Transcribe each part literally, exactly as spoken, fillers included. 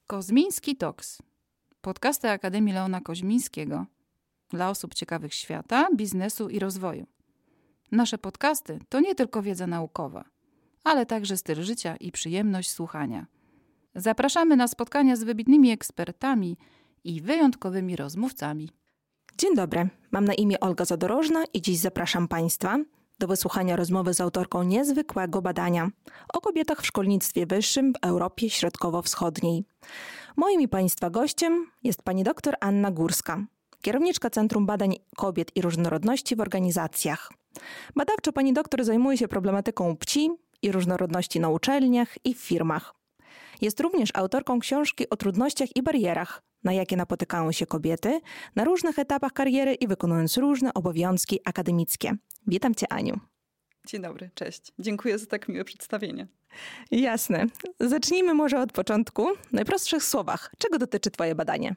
Kozmiński Talks. Podcasty Akademii Leona Koźmińskiego dla osób ciekawych świata, biznesu i rozwoju. Nasze podcasty to nie tylko wiedza naukowa, ale także styl życia i przyjemność słuchania. Zapraszamy na spotkania z wybitnymi ekspertami i wyjątkowymi rozmówcami. Dzień dobry, mam na imię Olga Zadorożna i dziś zapraszam Państwa do wysłuchania rozmowy z autorką niezwykłego badania o kobietach w szkolnictwie wyższym w Europie Środkowo-Wschodniej. Moim i Państwa gościem jest pani dr Anna Górska, kierowniczka Centrum Badań Kobiet i Różnorodności w Organizacjach. Badawczo pani doktor zajmuje się problematyką płci i różnorodności na uczelniach i w firmach. Jest również autorką książki o trudnościach i barierach, na jakie napotykają się kobiety na różnych etapach kariery i wykonując różne obowiązki akademickie. Witam Cię, Aniu. Dzień dobry, cześć. Dziękuję za tak miłe przedstawienie. Jasne. Zacznijmy może od początku. W najprostszych słowach, czego dotyczy Twoje badanie?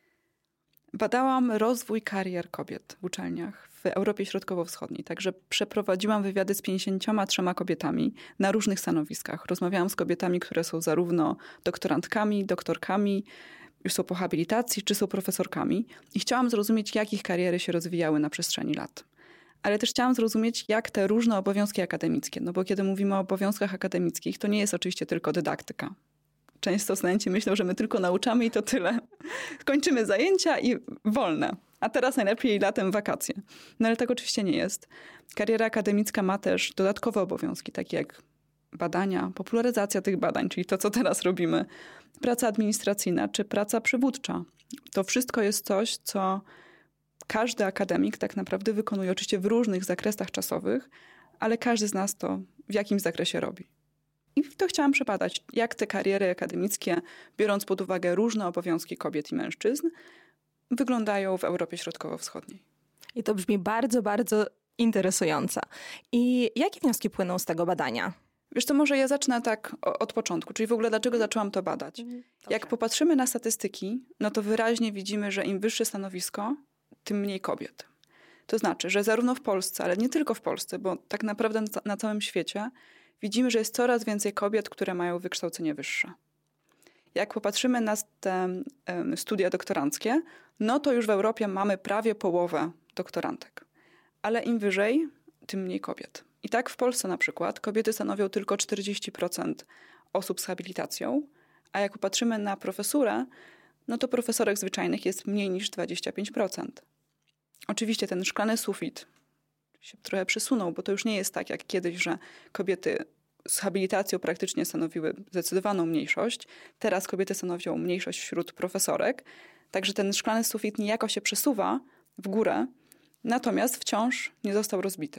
Badałam rozwój karier kobiet w uczelniach w Europie Środkowo-Wschodniej. Także przeprowadziłam wywiady z pięćdziesięcioma trzema kobietami na różnych stanowiskach. Rozmawiałam z kobietami, które są zarówno doktorantkami, doktorkami, już są po habilitacji, czy są profesorkami. I chciałam zrozumieć, jak ich kariery się rozwijały na przestrzeni lat. Ale też chciałam zrozumieć, jak te różne obowiązki akademickie, no bo kiedy mówimy o obowiązkach akademickich, to nie jest oczywiście tylko dydaktyka. Często studenci myślą, że my tylko nauczamy i to tyle. Kończymy zajęcia i wolne. A teraz najlepiej latem wakacje. No ale tak oczywiście nie jest. Kariera akademicka ma też dodatkowe obowiązki, takie jak badania, popularyzacja tych badań, czyli to, co teraz robimy, praca administracyjna czy praca przywódcza. To wszystko jest coś, co każdy akademik tak naprawdę wykonuje, oczywiście w różnych zakresach czasowych, ale każdy z nas to w jakimś zakresie robi. I to chciałam przebadać, jak te kariery akademickie, biorąc pod uwagę różne obowiązki kobiet i mężczyzn, wyglądają w Europie Środkowo-Wschodniej. I to brzmi bardzo, bardzo interesująco. I jakie wnioski płyną z tego badania? Wiesz co, może ja zacznę tak od początku, czyli w ogóle dlaczego zaczęłam to badać. Dobrze. Jak popatrzymy na statystyki, no to wyraźnie widzimy, że im wyższe stanowisko, tym mniej kobiet. To znaczy, że zarówno w Polsce, ale nie tylko w Polsce, bo tak naprawdę na całym świecie widzimy, że jest coraz więcej kobiet, które mają wykształcenie wyższe. Jak popatrzymy na te um, studia doktoranckie, no to już w Europie mamy prawie połowę doktorantek. Ale im wyżej, tym mniej kobiet. I tak w Polsce na przykład kobiety stanowią tylko czterdzieści procent osób z habilitacją, a jak popatrzymy na profesurę, no to profesorek zwyczajnych jest mniej niż dwadzieścia pięć procent. Oczywiście ten szklany sufit się trochę przesunął, bo to już nie jest tak jak kiedyś, że kobiety z habilitacją praktycznie stanowiły zdecydowaną mniejszość. Teraz kobiety stanowią mniejszość wśród profesorek, także ten szklany sufit niejako się przesuwa w górę, natomiast wciąż nie został rozbity.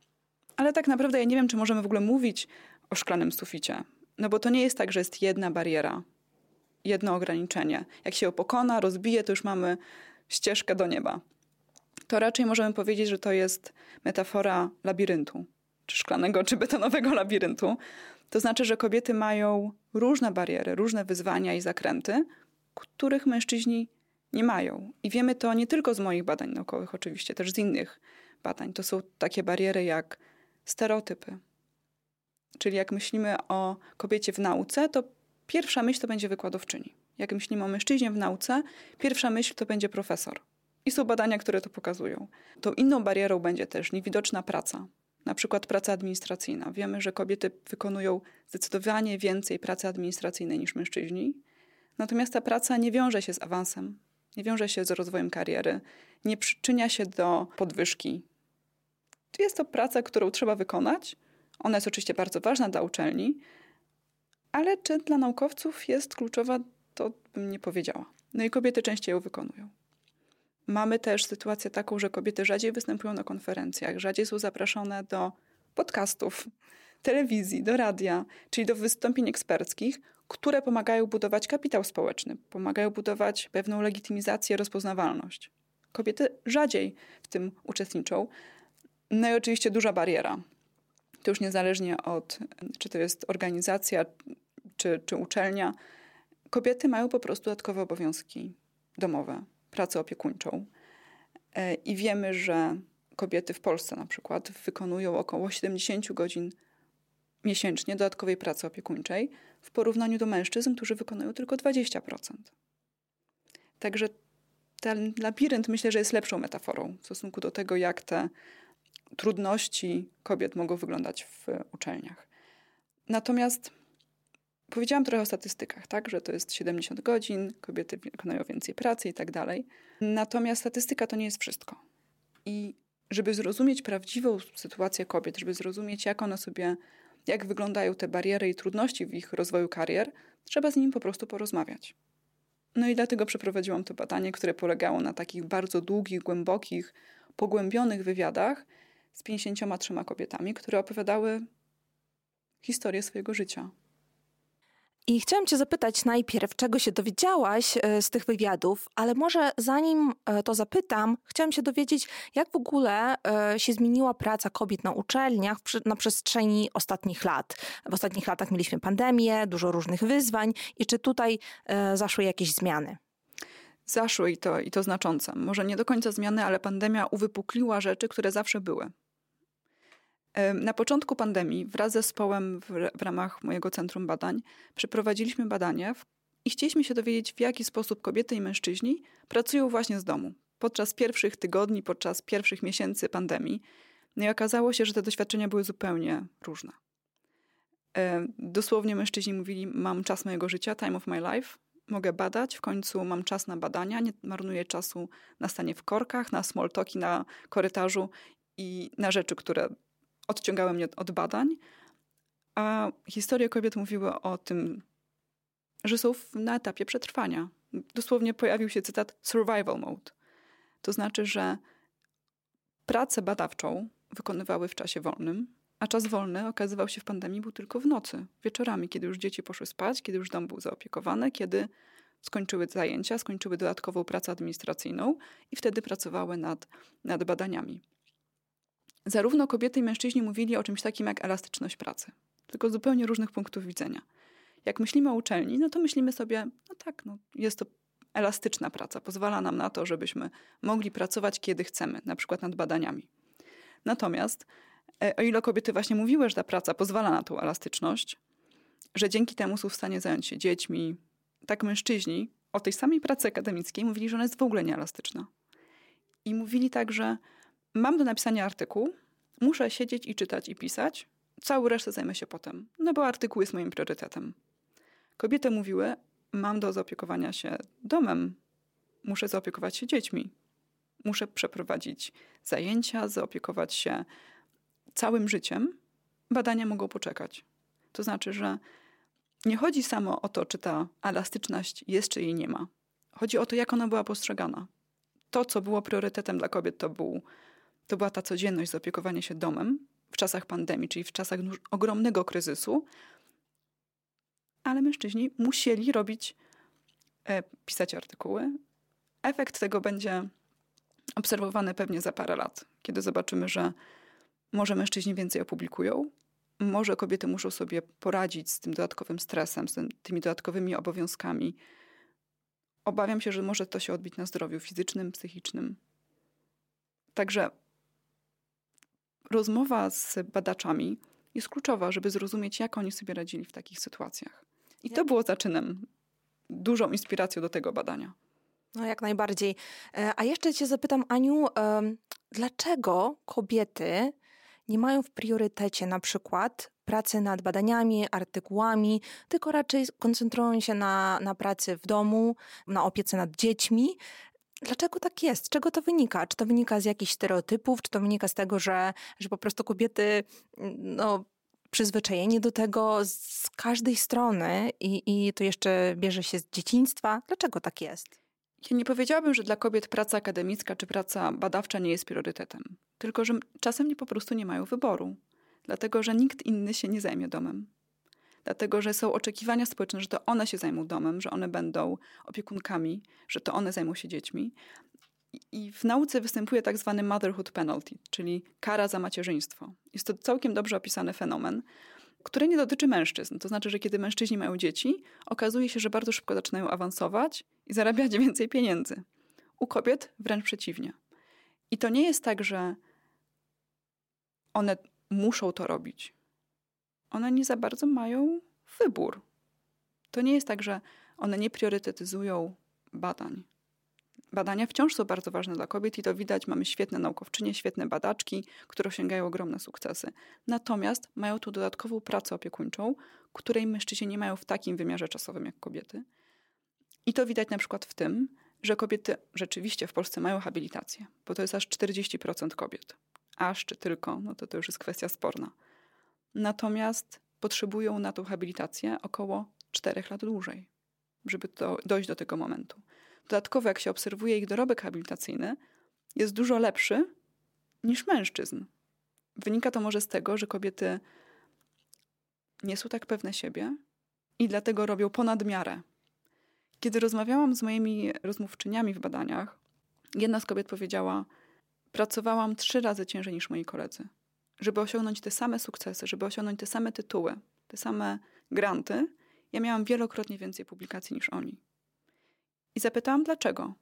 Ale tak naprawdę ja nie wiem, czy możemy w ogóle mówić o szklanym suficie, no bo to nie jest tak, że jest jedna bariera, jedno ograniczenie. Jak się ją pokona, rozbije, to już mamy ścieżkę do nieba. To raczej możemy powiedzieć, że to jest metafora labiryntu, czy szklanego, czy betonowego labiryntu. To znaczy, że kobiety mają różne bariery, różne wyzwania i zakręty, których mężczyźni nie mają. I wiemy to nie tylko z moich badań naukowych, oczywiście, też z innych badań. To są takie bariery jak stereotypy. Czyli jak myślimy o kobiecie w nauce, to pierwsza myśl to będzie wykładowczyni. Jak myślimy o mężczyźnie w nauce, pierwsza myśl to będzie profesor. I są badania, które to pokazują. Tą inną barierą będzie też niewidoczna praca. Na przykład praca administracyjna. Wiemy, że kobiety wykonują zdecydowanie więcej pracy administracyjnej niż mężczyźni. Natomiast ta praca nie wiąże się z awansem, nie wiąże się z rozwojem kariery, nie przyczynia się do podwyżki. Jest to praca, którą trzeba wykonać. Ona jest oczywiście bardzo ważna dla uczelni, ale czy dla naukowców jest kluczowa, to bym nie powiedziała. No i kobiety częściej ją wykonują. Mamy też sytuację taką, że kobiety rzadziej występują na konferencjach, rzadziej są zapraszane do podcastów, telewizji, do radia, czyli do wystąpień eksperckich, które pomagają budować kapitał społeczny, pomagają budować pewną legitymizację, rozpoznawalność. Kobiety rzadziej w tym uczestniczą. No i oczywiście duża bariera. To już niezależnie od, czy to jest organizacja, czy, czy uczelnia. Kobiety mają po prostu dodatkowe obowiązki domowe, pracę opiekuńczą. I wiemy, że kobiety w Polsce na przykład wykonują około siedemdziesiąt godzin miesięcznie dodatkowej pracy opiekuńczej w porównaniu do mężczyzn, którzy wykonują tylko dwadzieścia procent. Także ten labirynt myślę, że jest lepszą metaforą w stosunku do tego, jak te trudności kobiet mogą wyglądać w uczelniach. Natomiast powiedziałam trochę o statystykach, tak, że to jest siedemdziesiąt godzin, kobiety wykonują więcej pracy i tak dalej. Natomiast statystyka to nie jest wszystko. I żeby zrozumieć prawdziwą sytuację kobiet, żeby zrozumieć, jak one sobie, jak wyglądają te bariery i trudności w ich rozwoju karier, trzeba z nimi po prostu porozmawiać. No i dlatego przeprowadziłam to badanie, które polegało na takich bardzo długich, głębokich, pogłębionych wywiadach z pięćdziesięcioma trzema kobietami, które opowiadały historię swojego życia. I chciałam cię zapytać najpierw, czego się dowiedziałaś z tych wywiadów, ale może zanim to zapytam, chciałam się dowiedzieć, jak w ogóle się zmieniła praca kobiet na uczelniach na przestrzeni ostatnich lat. W ostatnich latach mieliśmy pandemię, dużo różnych wyzwań i czy tutaj zaszły jakieś zmiany? Zaszły i to, i to znaczące. Może nie do końca zmiany, ale pandemia uwypukliła rzeczy, które zawsze były. Na początku pandemii wraz z zespołem w, w ramach mojego Centrum Badań przeprowadziliśmy badanie w, i chcieliśmy się dowiedzieć, w jaki sposób kobiety i mężczyźni pracują właśnie z domu podczas pierwszych tygodni, podczas pierwszych miesięcy pandemii. No i okazało się, że te doświadczenia były zupełnie różne. E, dosłownie mężczyźni mówili, mam czas mojego życia, time of my life, mogę badać, w końcu mam czas na badania, nie marnuję czasu na stanie w korkach, na small talki na korytarzu i na rzeczy, które odciągały mnie od badań, a historie kobiet mówiły o tym, że są na etapie przetrwania. Dosłownie pojawił się cytat survival mode. To znaczy, że pracę badawczą wykonywały w czasie wolnym, a czas wolny okazywał się w pandemii był tylko w nocy, wieczorami, kiedy już dzieci poszły spać, kiedy już dom był zaopiekowany, kiedy skończyły zajęcia, skończyły dodatkową pracę administracyjną i wtedy pracowały nad, nad badaniami. Zarówno kobiety i mężczyźni mówili o czymś takim jak elastyczność pracy, tylko z zupełnie różnych punktów widzenia. Jak myślimy o uczelni, no to myślimy sobie, no tak, no jest to elastyczna praca, pozwala nam na to, żebyśmy mogli pracować kiedy chcemy, na przykład nad badaniami. Natomiast o ile kobiety właśnie mówiły, że ta praca pozwala na tą elastyczność, że dzięki temu są w stanie zająć się dziećmi, tak mężczyźni o tej samej pracy akademickiej mówili, że ona jest w ogóle nieelastyczna. I mówili tak, że mam do napisania artykuł, muszę siedzieć i czytać i pisać, całą resztę zajmę się potem, no bo artykuł jest moim priorytetem. Kobiety mówiły, mam do zaopiekowania się domem, muszę zaopiekować się dziećmi, muszę przeprowadzić zajęcia, zaopiekować się całym życiem, badania mogą poczekać. To znaczy, że nie chodzi samo o to, czy ta elastyczność jest, czy jej nie ma. Chodzi o to, jak ona była postrzegana. To, co było priorytetem dla kobiet, to, był, to była ta codzienność, zaopiekowanie się domem w czasach pandemii, czyli w czasach ogromnego kryzysu, ale mężczyźni musieli robić, e, pisać artykuły. Efekt tego będzie obserwowany pewnie za parę lat, kiedy zobaczymy, że może mężczyźni więcej opublikują, może kobiety muszą sobie poradzić z tym dodatkowym stresem, z tymi dodatkowymi obowiązkami. Obawiam się, że może to się odbić na zdrowiu fizycznym, psychicznym. Także rozmowa z badaczami jest kluczowa, żeby zrozumieć, jak oni sobie radzili w takich sytuacjach. I to było zaczynem, dużą inspiracją do tego badania. No jak najbardziej. A jeszcze cię zapytam, Aniu, dlaczego kobiety nie mają w priorytecie na przykład pracy nad badaniami, artykułami, tylko raczej koncentrują się na, na pracy w domu, na opiece nad dziećmi. Dlaczego tak jest? Z czego to wynika? Czy to wynika z jakichś stereotypów? Czy to wynika z tego, że, że po prostu kobiety no, przyzwyczajenie do tego z każdej strony i, i to jeszcze bierze się z dzieciństwa? Dlaczego tak jest? Ja nie powiedziałabym, że dla kobiet praca akademicka czy praca badawcza nie jest priorytetem. Tylko, że czasem nie po prostu nie mają wyboru. Dlatego, że nikt inny się nie zajmie domem. Dlatego, że są oczekiwania społeczne, że to one się zajmą domem, że one będą opiekunkami, że to one zajmą się dziećmi. I w nauce występuje tak zwany motherhood penalty, czyli kara za macierzyństwo. Jest to całkiem dobrze opisany fenomen, który nie dotyczy mężczyzn. To znaczy, że kiedy mężczyźni mają dzieci, okazuje się, że bardzo szybko zaczynają awansować i zarabiać więcej pieniędzy. U kobiet wręcz przeciwnie. I to nie jest tak, że one muszą to robić. one nie za bardzo mają wybór. To nie jest tak, że one nie priorytetyzują badań. Badania wciąż są bardzo ważne dla kobiet i to widać. Mamy świetne naukowczynie, świetne badaczki, które osiągają ogromne sukcesy. Natomiast mają tu dodatkową pracę opiekuńczą, której mężczyźni nie mają w takim wymiarze czasowym jak kobiety. I to widać na przykład w tym, że kobiety rzeczywiście w Polsce mają habilitację, bo to jest aż czterdzieści procent kobiet. Aż czy tylko, no to to już jest kwestia sporna. Natomiast potrzebują na tą habilitację około czterech lat dłużej, żeby to, dojść do tego momentu. Dodatkowo, jak się obserwuje ich dorobek habilitacyjny, jest dużo lepszy niż mężczyzn. Wynika to może z tego, że kobiety nie są tak pewne siebie i dlatego robią ponad miarę. Kiedy rozmawiałam z moimi rozmówczyniami w badaniach, jedna z kobiet powiedziała: pracowałam trzy razy ciężej niż moi koledzy. Żeby osiągnąć te same sukcesy, żeby osiągnąć te same tytuły, te same granty, ja miałam wielokrotnie więcej publikacji niż oni. I zapytałam, dlaczego?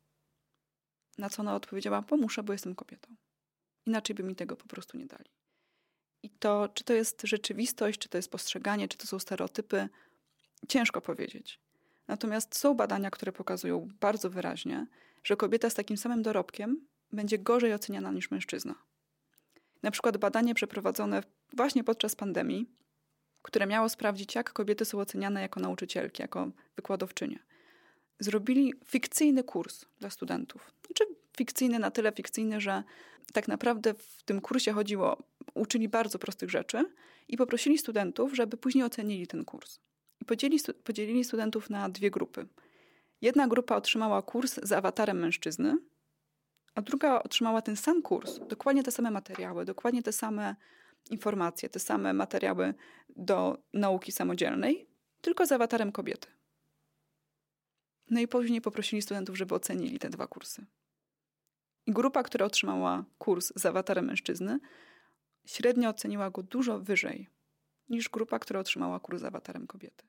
Na co ona odpowiedziała: bo muszę, bo jestem kobietą. Inaczej by mi tego po prostu nie dali. I to, czy to jest rzeczywistość, czy to jest postrzeganie, czy to są stereotypy, ciężko powiedzieć. Natomiast są badania, które pokazują bardzo wyraźnie, że kobieta z takim samym dorobkiem będzie gorzej oceniana niż mężczyzna. Na przykład badanie przeprowadzone właśnie podczas pandemii, które miało sprawdzić, jak kobiety są oceniane jako nauczycielki, jako wykładowczynie. Zrobili fikcyjny kurs dla studentów. Znaczy fikcyjny na tyle fikcyjny, że tak naprawdę w tym kursie chodziło, uczyli bardzo prostych rzeczy i poprosili studentów, żeby później ocenili ten kurs. I podzielili, podzielili studentów na dwie grupy. Jedna grupa otrzymała kurs z awatarem mężczyzny, a druga otrzymała ten sam kurs, dokładnie te same materiały, dokładnie te same informacje, te same materiały do nauki samodzielnej, tylko z awatarem kobiety. No i później poprosili studentów, żeby ocenili te dwa kursy. I grupa, która otrzymała kurs z awatarem mężczyzny, średnio oceniła go dużo wyżej niż grupa, która otrzymała kurs z awatarem kobiety.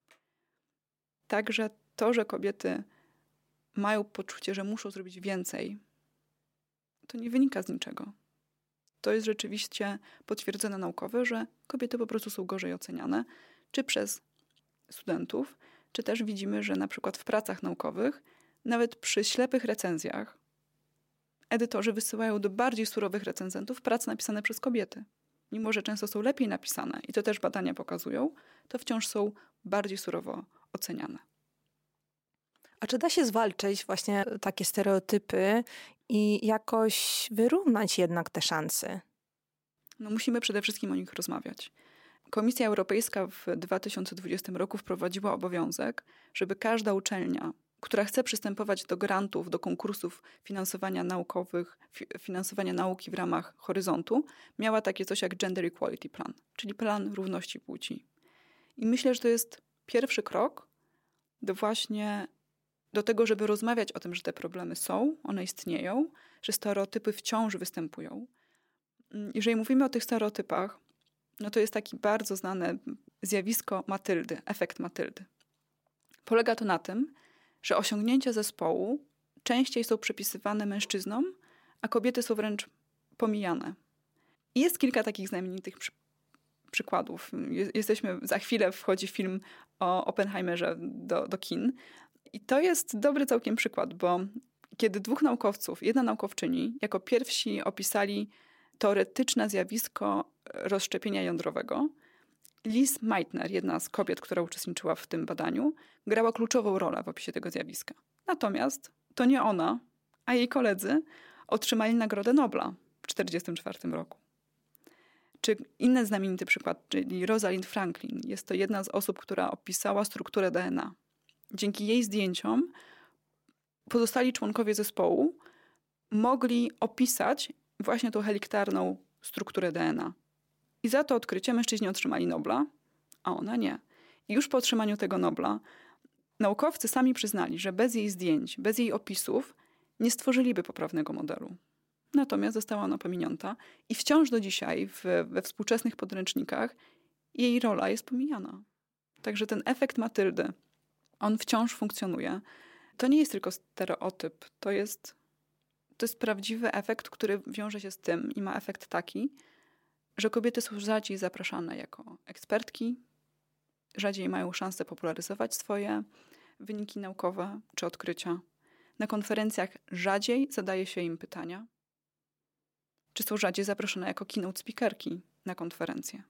Także to, że kobiety mają poczucie, że muszą zrobić więcej, to nie wynika z niczego. To jest rzeczywiście potwierdzone naukowo, że kobiety po prostu są gorzej oceniane, czy przez studentów, czy też widzimy, że na przykład w pracach naukowych, nawet przy ślepych recenzjach, edytorzy wysyłają do bardziej surowych recenzentów prace napisane przez kobiety. Mimo że często są lepiej napisane, i to też badania pokazują, to wciąż są bardziej surowo oceniane. A czy da się zwalczyć właśnie takie stereotypy i jakoś wyrównać jednak te szanse? No musimy przede wszystkim o nich rozmawiać. Komisja Europejska w dwa tysiące dwudziestym roku wprowadziła obowiązek, żeby każda uczelnia, która chce przystępować do grantów, do konkursów finansowania naukowych, finansowania nauki w ramach Horyzontu, miała takie coś jak Gender Equality Plan, czyli plan równości płci. I myślę, że to jest pierwszy krok do właśnie do tego, żeby rozmawiać o tym, że te problemy są, one istnieją, że stereotypy wciąż występują. Jeżeli mówimy o tych stereotypach, no to jest taki bardzo znane zjawisko Matyldy, efekt Matyldy. Polega to na tym, że osiągnięcia zespołu częściej są przypisywane mężczyznom, a kobiety są wręcz pomijane. I jest kilka takich znamienitych przy, przykładów. Jesteśmy, za chwilę wchodzi film o Oppenheimerze do, do kin. I to jest dobry całkiem przykład, bo kiedy dwóch naukowców, jedna naukowczyni, jako pierwsi opisali teoretyczne zjawisko rozszczepienia jądrowego, Liz Meitner, jedna z kobiet, która uczestniczyła w tym badaniu, grała kluczową rolę w opisie tego zjawiska. Natomiast to nie ona, a jej koledzy otrzymali Nagrodę Nobla w tysiąc dziewięćset czterdziestym czwartym roku. Czy inny znamienity przykład, czyli Rosalind Franklin. Jest to jedna z osób, która opisała strukturę D N A. Dzięki jej zdjęciom pozostali członkowie zespołu mogli opisać właśnie tą heliktarną strukturę D N A. I za to odkrycie mężczyźni otrzymali Nobla, a ona nie. I już po otrzymaniu tego Nobla naukowcy sami przyznali, że bez jej zdjęć, bez jej opisów nie stworzyliby poprawnego modelu. Natomiast została ona pominięta i wciąż do dzisiaj w, we współczesnych podręcznikach jej rola jest pomijana. Także ten efekt Matyldy, on wciąż funkcjonuje. To nie jest tylko stereotyp, to jest, to jest prawdziwy efekt, który wiąże się z tym i ma efekt taki, że kobiety są rzadziej zapraszane jako ekspertki, rzadziej mają szansę popularyzować swoje wyniki naukowe czy odkrycia. Na konferencjach rzadziej zadaje się im pytania. Czy są rzadziej zaproszone jako keynote speakerki na konferencje.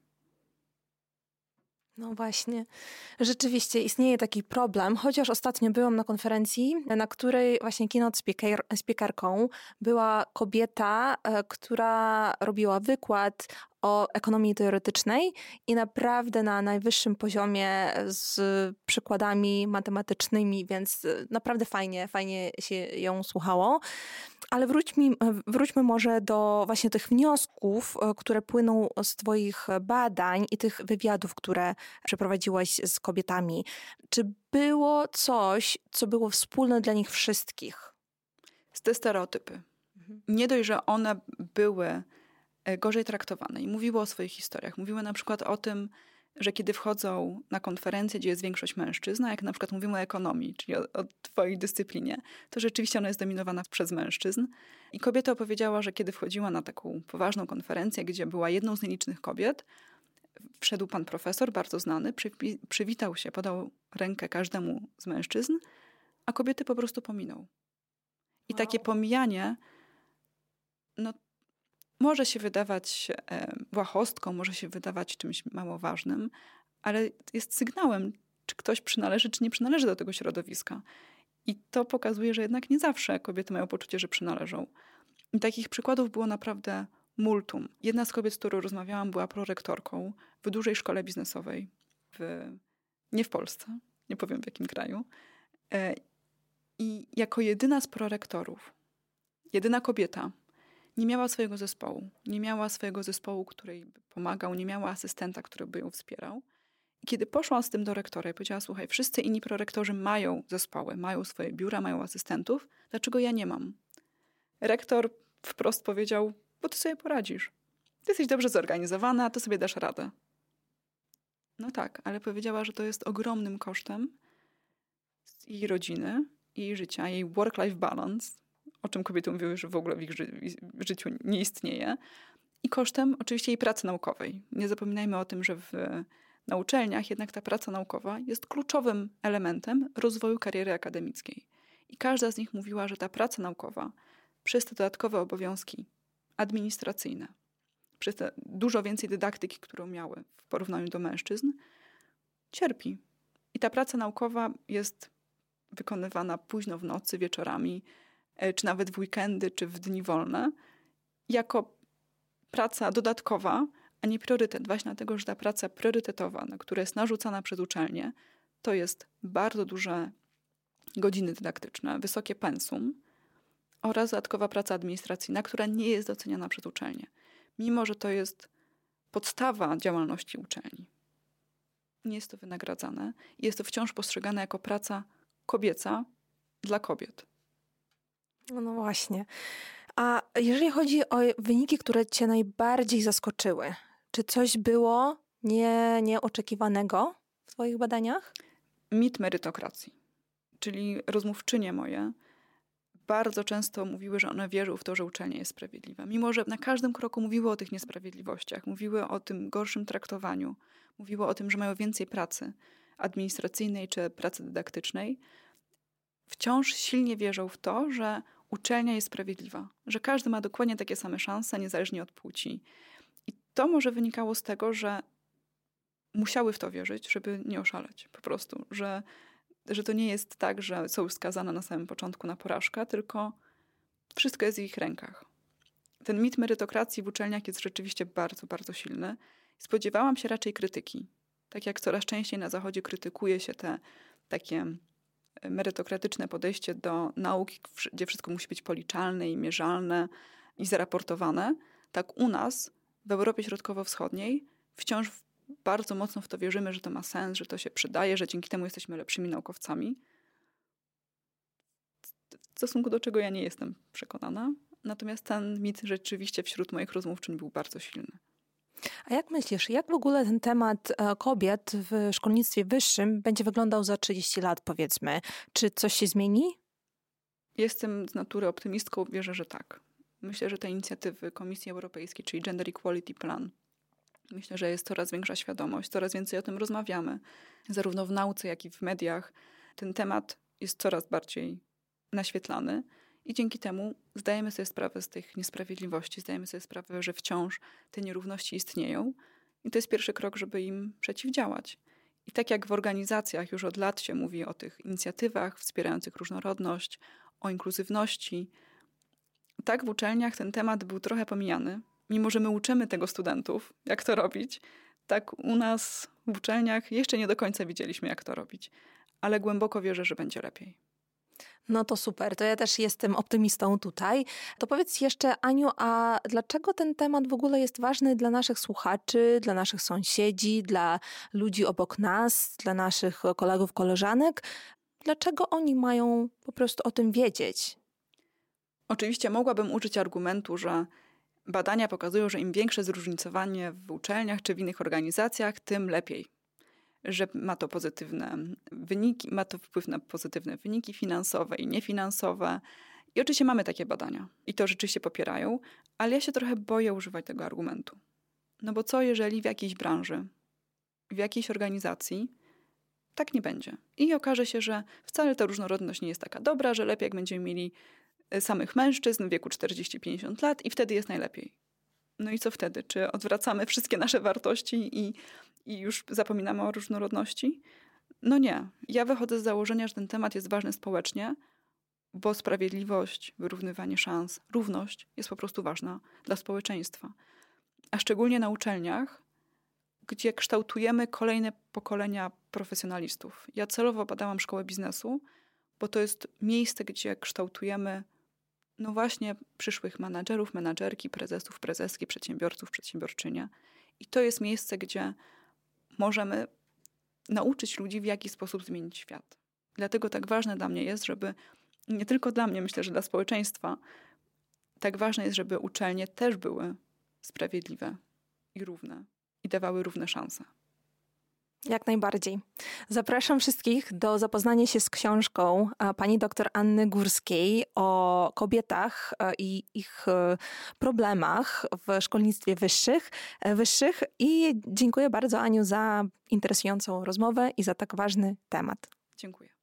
No właśnie. Rzeczywiście istnieje taki problem, chociaż ostatnio byłam na konferencji, na której właśnie keynote speaker, speakerką była kobieta, która robiła wykład o ekonomii teoretycznej i naprawdę na najwyższym poziomie z przykładami matematycznymi, więc naprawdę fajnie, fajnie się ją słuchało. Ale wróćmy, wróćmy może do właśnie tych wniosków, które płyną z twoich badań i tych wywiadów, które przeprowadziłaś z kobietami. Czy było coś, co było wspólne dla nich wszystkich? Te stereotypy. Mhm. Nie dość, że one były gorzej traktowane i mówiły o swoich historiach. Mówiły na przykład o tym, że kiedy wchodzą na konferencję, gdzie jest większość mężczyzn, a jak na przykład mówimy o ekonomii, czyli o, o twojej dyscyplinie, to rzeczywiście ona jest dominowana przez mężczyzn. I kobieta opowiedziała, że kiedy wchodziła na taką poważną konferencję, gdzie była jedną z nielicznych kobiet, wszedł pan profesor, bardzo znany, przywi- przywitał się, podał rękę każdemu z mężczyzn, a kobiety po prostu pominął. I wow. Takie pomijanie, no może się wydawać e, błahostką, może się wydawać czymś mało ważnym, ale jest sygnałem, czy ktoś przynależy, czy nie przynależy do tego środowiska. I to pokazuje, że jednak nie zawsze kobiety mają poczucie, że przynależą. I takich przykładów było naprawdę multum. Jedna z kobiet, z którą rozmawiałam, była prorektorką w dużej szkole biznesowej, w, nie w Polsce, nie powiem w jakim kraju. E, I jako jedyna z prorektorów, jedyna kobieta, nie miała swojego zespołu. Nie miała swojego zespołu, który jej pomagał. Nie miała asystenta, który by ją wspierał. I kiedy poszłam z tym do rektora i powiedziała, słuchaj, wszyscy inni prorektorzy mają zespoły, mają swoje biura, mają asystentów. Dlaczego ja nie mam? Rektor wprost powiedział, bo ty sobie poradzisz. Ty jesteś dobrze zorganizowana, to sobie dasz radę. No tak, ale powiedziała, że to jest ogromnym kosztem jej rodziny, jej życia, jej work-life balance, o czym kobiety mówiły, że w ogóle w ich ży- w życiu nie istnieje. I kosztem oczywiście jej pracy naukowej. Nie zapominajmy o tym, że w, na uczelniach jednak ta praca naukowa jest kluczowym elementem rozwoju kariery akademickiej. I każda z nich mówiła, że ta praca naukowa przez te dodatkowe obowiązki administracyjne, przez te dużo więcej dydaktyki, którą miały w porównaniu do mężczyzn, cierpi. I ta praca naukowa jest wykonywana późno w nocy, wieczorami, czy nawet w weekendy, czy w dni wolne, jako praca dodatkowa, a nie priorytet. Właśnie dlatego, że ta praca priorytetowa, na która jest narzucana przez uczelnię, to jest bardzo duże godziny dydaktyczne, wysokie pensum oraz dodatkowa praca administracyjna, która nie jest doceniana przez uczelnię. Mimo że to jest podstawa działalności uczelni. Nie jest to wynagradzane i jest to wciąż postrzegane jako praca kobieca dla kobiet. No właśnie. A jeżeli chodzi o wyniki, które cię najbardziej zaskoczyły, czy coś było nie, nieoczekiwanego w twoich badaniach? Mit merytokracji. Czyli rozmówczynie moje bardzo często mówiły, że one wierzą w to, że uczelnia jest sprawiedliwa. Mimo że na każdym kroku mówiły o tych niesprawiedliwościach, mówiły o tym gorszym traktowaniu, mówiły o tym, że mają więcej pracy administracyjnej czy pracy dydaktycznej, wciąż silnie wierzą w to, że uczelnia jest sprawiedliwa, że każdy ma dokładnie takie same szanse, niezależnie od płci. I to może wynikało z tego, że musiały w to wierzyć, żeby nie oszaleć po prostu, że, że to nie jest tak, że są skazane na samym początku na porażkę, tylko wszystko jest w ich rękach. Ten mit merytokracji w uczelniach jest rzeczywiście bardzo, bardzo silny. Spodziewałam się raczej krytyki. Tak jak coraz częściej na Zachodzie krytykuje się te takie merytokratyczne podejście do nauki, gdzie wszystko musi być policzalne i mierzalne i zaraportowane, tak u nas w Europie Środkowo-Wschodniej wciąż bardzo mocno w to wierzymy, że to ma sens, że to się przydaje, że dzięki temu jesteśmy lepszymi naukowcami. W stosunku do czego ja nie jestem przekonana. Natomiast ten mit rzeczywiście wśród moich rozmówczyń był bardzo silny. A jak myślisz, jak w ogóle ten temat kobiet w szkolnictwie wyższym będzie wyglądał za trzydzieści lat, powiedzmy? Czy coś się zmieni? Jestem z natury optymistką, wierzę, że tak. Myślę, że te inicjatywy Komisji Europejskiej, czyli Gender Equality Plan, Myślę, że jest coraz większa świadomość, coraz więcej o tym rozmawiamy. Zarówno w nauce, jak i w mediach ten temat jest coraz bardziej naświetlany i dzięki temu zdajemy sobie sprawę z tych niesprawiedliwości, zdajemy sobie sprawę, że wciąż te nierówności istnieją i to jest pierwszy krok, żeby im przeciwdziałać. I tak jak w organizacjach już od lat się mówi o tych inicjatywach wspierających różnorodność, o inkluzywności, tak w uczelniach ten temat był trochę pomijany. Mimo że my uczymy tego studentów, jak to robić, tak u nas w uczelniach jeszcze nie do końca widzieliśmy, jak to robić. Ale głęboko wierzę, że będzie lepiej. No to super, to ja też jestem optymistą tutaj. To powiedz jeszcze, Aniu, a dlaczego ten temat w ogóle jest ważny dla naszych słuchaczy, dla naszych sąsiedzi, dla ludzi obok nas, dla naszych kolegów, koleżanek? Dlaczego oni mają po prostu o tym wiedzieć? Oczywiście mogłabym użyć argumentu, że badania pokazują, że im większe zróżnicowanie w uczelniach czy w innych organizacjach, tym lepiej. Że ma to pozytywne wyniki, ma to wpływ na pozytywne wyniki finansowe i niefinansowe. I oczywiście mamy takie badania i to rzeczywiście popierają, ale ja się trochę boję używać tego argumentu. No bo co jeżeli w jakiejś branży, w jakiejś organizacji tak nie będzie? I okaże się, że wcale ta różnorodność nie jest taka dobra, że lepiej jak będziemy mieli samych mężczyzn w wieku czterdzieści pięćdziesiąt lat i wtedy jest najlepiej. No i co wtedy? Czy odwracamy wszystkie nasze wartości i, i już zapominamy o różnorodności? No nie. Ja wychodzę z założenia, że ten temat jest ważny społecznie, bo sprawiedliwość, wyrównywanie szans, równość jest po prostu ważna dla społeczeństwa. A szczególnie na uczelniach, gdzie kształtujemy kolejne pokolenia profesjonalistów. Ja celowo badałam szkołę biznesu, bo to jest miejsce, gdzie kształtujemy no właśnie przyszłych menadżerów, menadżerki, prezesów, prezeski, przedsiębiorców, przedsiębiorczynie. I to jest miejsce, gdzie możemy nauczyć ludzi, w jaki sposób zmienić świat. Dlatego tak ważne dla mnie jest, żeby, nie tylko dla mnie, myślę, że dla społeczeństwa, tak ważne jest, żeby uczelnie też były sprawiedliwe i równe i dawały równe szanse. Jak najbardziej. Zapraszam wszystkich do zapoznania się z książką pani dr Anny Górskiej o kobietach i ich problemach w szkolnictwie wyższych, wyższych. I dziękuję bardzo, Aniu, za interesującą rozmowę i za tak ważny temat. Dziękuję.